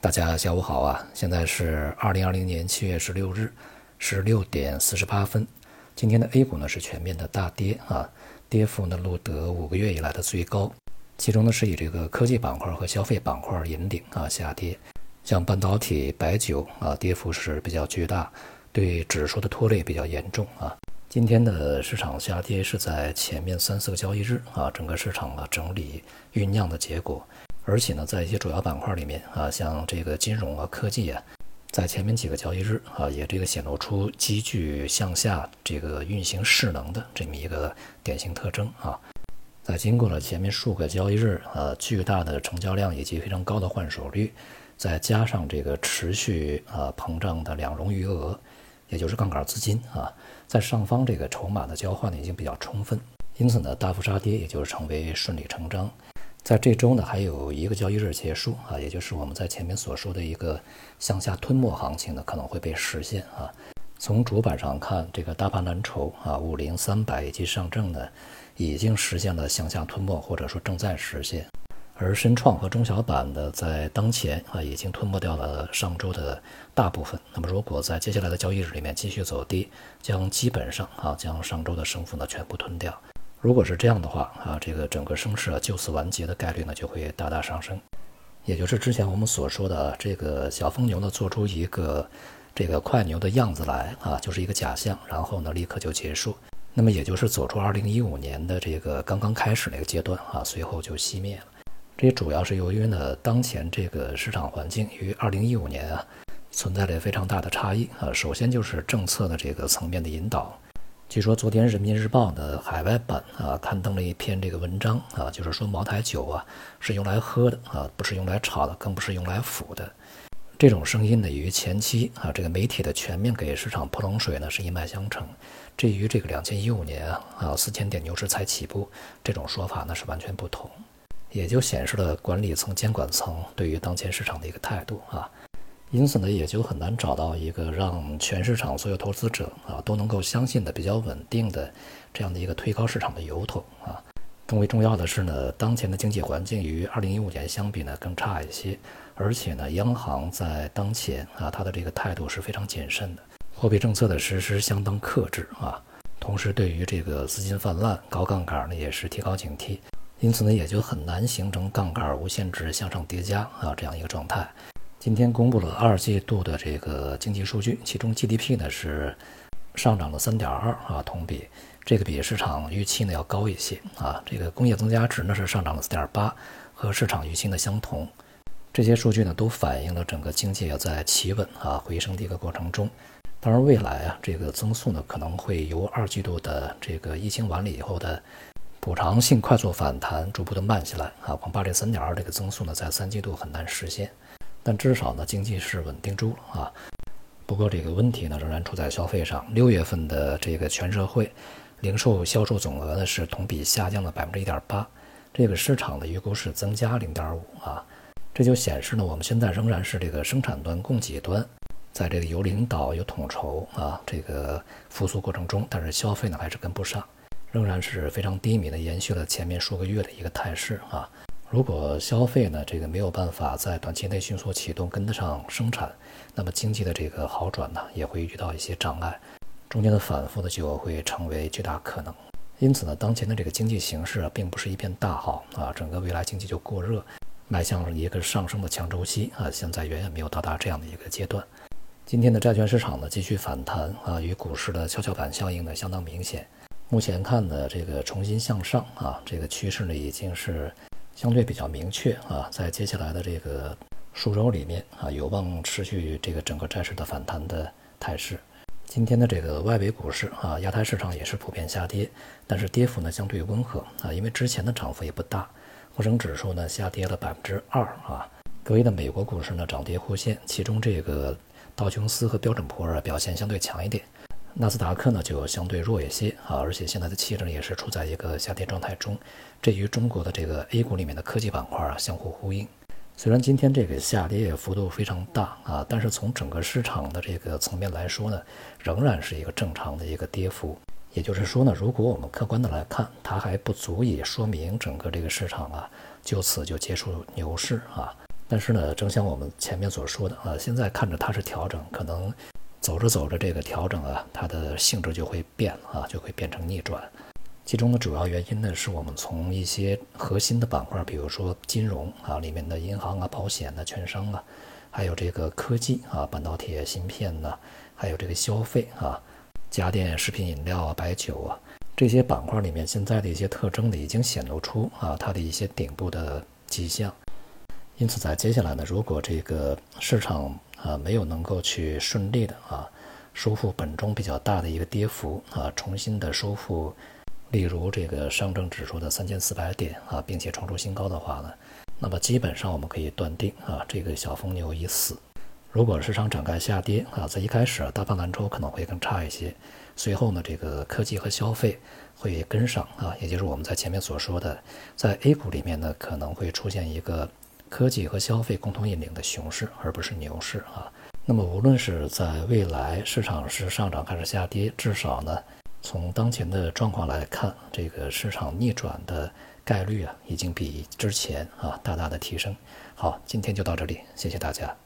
大家下午好啊！现在是2020年7月16日16点48分。今天的 A 股呢是全面的大跌啊，跌幅呢录得5个月以来的最高。其中呢是以这个科技板块和消费板块引领啊下跌，像半导体、白酒啊跌幅是比较巨大，对指数的拖累比较严重啊。今天的市场下跌是在前面3-4个交易日啊整个市场整理酝酿的结果。而且呢，在一些主要板块里面啊，像这个金融啊、科技啊，在前面几个交易日啊，也显露出急剧向下这个运行势能的这么一个典型特征啊。在经过了前面数个交易日巨大的成交量以及非常高的换手率，再加上这个持续膨胀的两融余额，也就是杠杆资金啊，在上方这个筹码的交换呢已经比较充分，因此呢，大幅杀跌也就成为顺理成章。在这周呢，还有一个交易日结束啊，也就是我们在前面所说的一个向下吞没行情呢，可能会被实现啊。从主板上看，这个大盘蓝筹啊，50、300以及上证呢，已经实现了向下吞没，或者说正在实现。而深创和中小板呢，在当前啊，已经吞没掉了上周的大部分。那么，如果在接下来的交易日里面继续走低，将基本上将上周的升幅呢全部吞掉。如果是这样的话这个整个升势就此完结的概率呢就会大大上升，也就是之前我们所说的这个小疯牛呢做出一个这个快牛的样子来就是一个假象，然后呢立刻就结束，那么也就是走出2015年的这个刚刚开始那个阶段随后就熄灭了。这也主要是由于呢当前这个市场环境与2015年存在着非常大的差异首先就是政策的这个层面的引导。据说昨天人民日报的海外版刊登了一篇这个文章就是说茅台酒是用来喝的不是用来炒的，更不是用来腐的。这种声音呢与前期这个媒体的全面给市场泼冷水呢是一脉相承。至于这个2015年4000点牛市才起步，这种说法呢是完全不同，也就显示了管理层、监管层对于当前市场的一个态度因此呢，也就很难找到一个让全市场所有投资者都能够相信的比较稳定的这样的一个推高市场的由头更为重要的是呢，当前的经济环境与2015年相比呢更差一些，而且呢，央行在当前它的这个态度是非常谨慎的，货币政策的实施相当克制同时对于这个资金泛滥、高杠杆呢也是提高警惕，因此呢，也就很难形成杠杆无限制向上叠加这样一个状态。今天公布了2季度的这个经济数据，其中 GDP 呢是上涨了 3.2% 同比，这个比市场预期呢要高一些这个工业增加值呢是上涨了 4.8%， 和市场预期呢相同。这些数据呢都反映了整个经济在企稳回升的一个过程中。当然未来这个增速呢可能会由2季度的这个疫情完了以后的补偿性快速反弹逐步的慢下来恐怕这 3.2 这个增速呢在3季度很难实现。但至少呢，经济是稳定住了不过这个问题呢，仍然出在消费上。6月份的这个全社会零售销售总额呢是同比下降了 1.8%， 这个市场的预估是增加 0.5% 这就显示呢，我们现在仍然是这个生产端、供给端在这个有领导、有统筹这个复苏过程中，但是消费呢还是跟不上，仍然是非常低迷的，延续了前面数个月的一个态势如果消费呢这个没有办法在短期内迅速启动跟得上生产，那么经济的这个好转呢也会遇到一些障碍，中间的反复呢就会成为巨大可能。因此呢，当前的这个经济形势并不是一片大好整个未来经济就过热，迈向一个上升的强周期现在远远没有到达这样的一个阶段。今天的债券市场呢继续反弹与股市的跷跷板效应呢相当明显。目前看呢这个重新向上这个趋势呢已经是相对比较明确在接下来的这个数周里面有望持续这个整个债市的反弹的态势。今天的这个外围股市亚太市场也是普遍下跌，但是跌幅呢相对温和因为之前的涨幅也不大。沪深指数呢下跌了 2% 隔夜的美国股市呢涨跌互现，其中这个道琼斯和标准普尔表现相对强一点，纳斯达克呢就相对弱一些而且现在的气质也是处在一个下跌状态中，这与中国的这个 A 股里面的科技板块相互呼应。虽然今天这个下跌幅度非常大但是从整个市场的这个层面来说呢，仍然是一个正常的一个跌幅。也就是说呢，如果我们客观的来看，它还不足以说明整个这个市场就此就结束牛市但是呢，正像我们前面所说的现在看着它是调整，可能走着走着这个调整它的性质就会变就会变成逆转。其中的主要原因呢，是我们从一些核心的板块，比如说金融里面的银行保险券商还有这个科技半导体芯片还有这个消费家电、食品饮料白酒这些板块里面现在的一些特征已经显露出它的一些顶部的迹象。因此在接下来呢，如果这个市场没有能够去顺利的收复本中比较大的一个跌幅重新的收复例如这个上证指数的3400点并且创出新高的话呢，那么基本上我们可以断定这个小疯牛已死。如果市场展开下跌在一开始大盘蓝筹可能会更差一些，随后呢这个科技和消费会跟上也就是我们在前面所说的，在 A 股里面呢可能会出现一个科技和消费共同引领的熊市，而不是牛市那么无论是在未来市场是上涨还是下跌，至少呢从当前的状况来看，这个市场逆转的概率已经比之前大大的提升。好，今天就到这里，谢谢大家。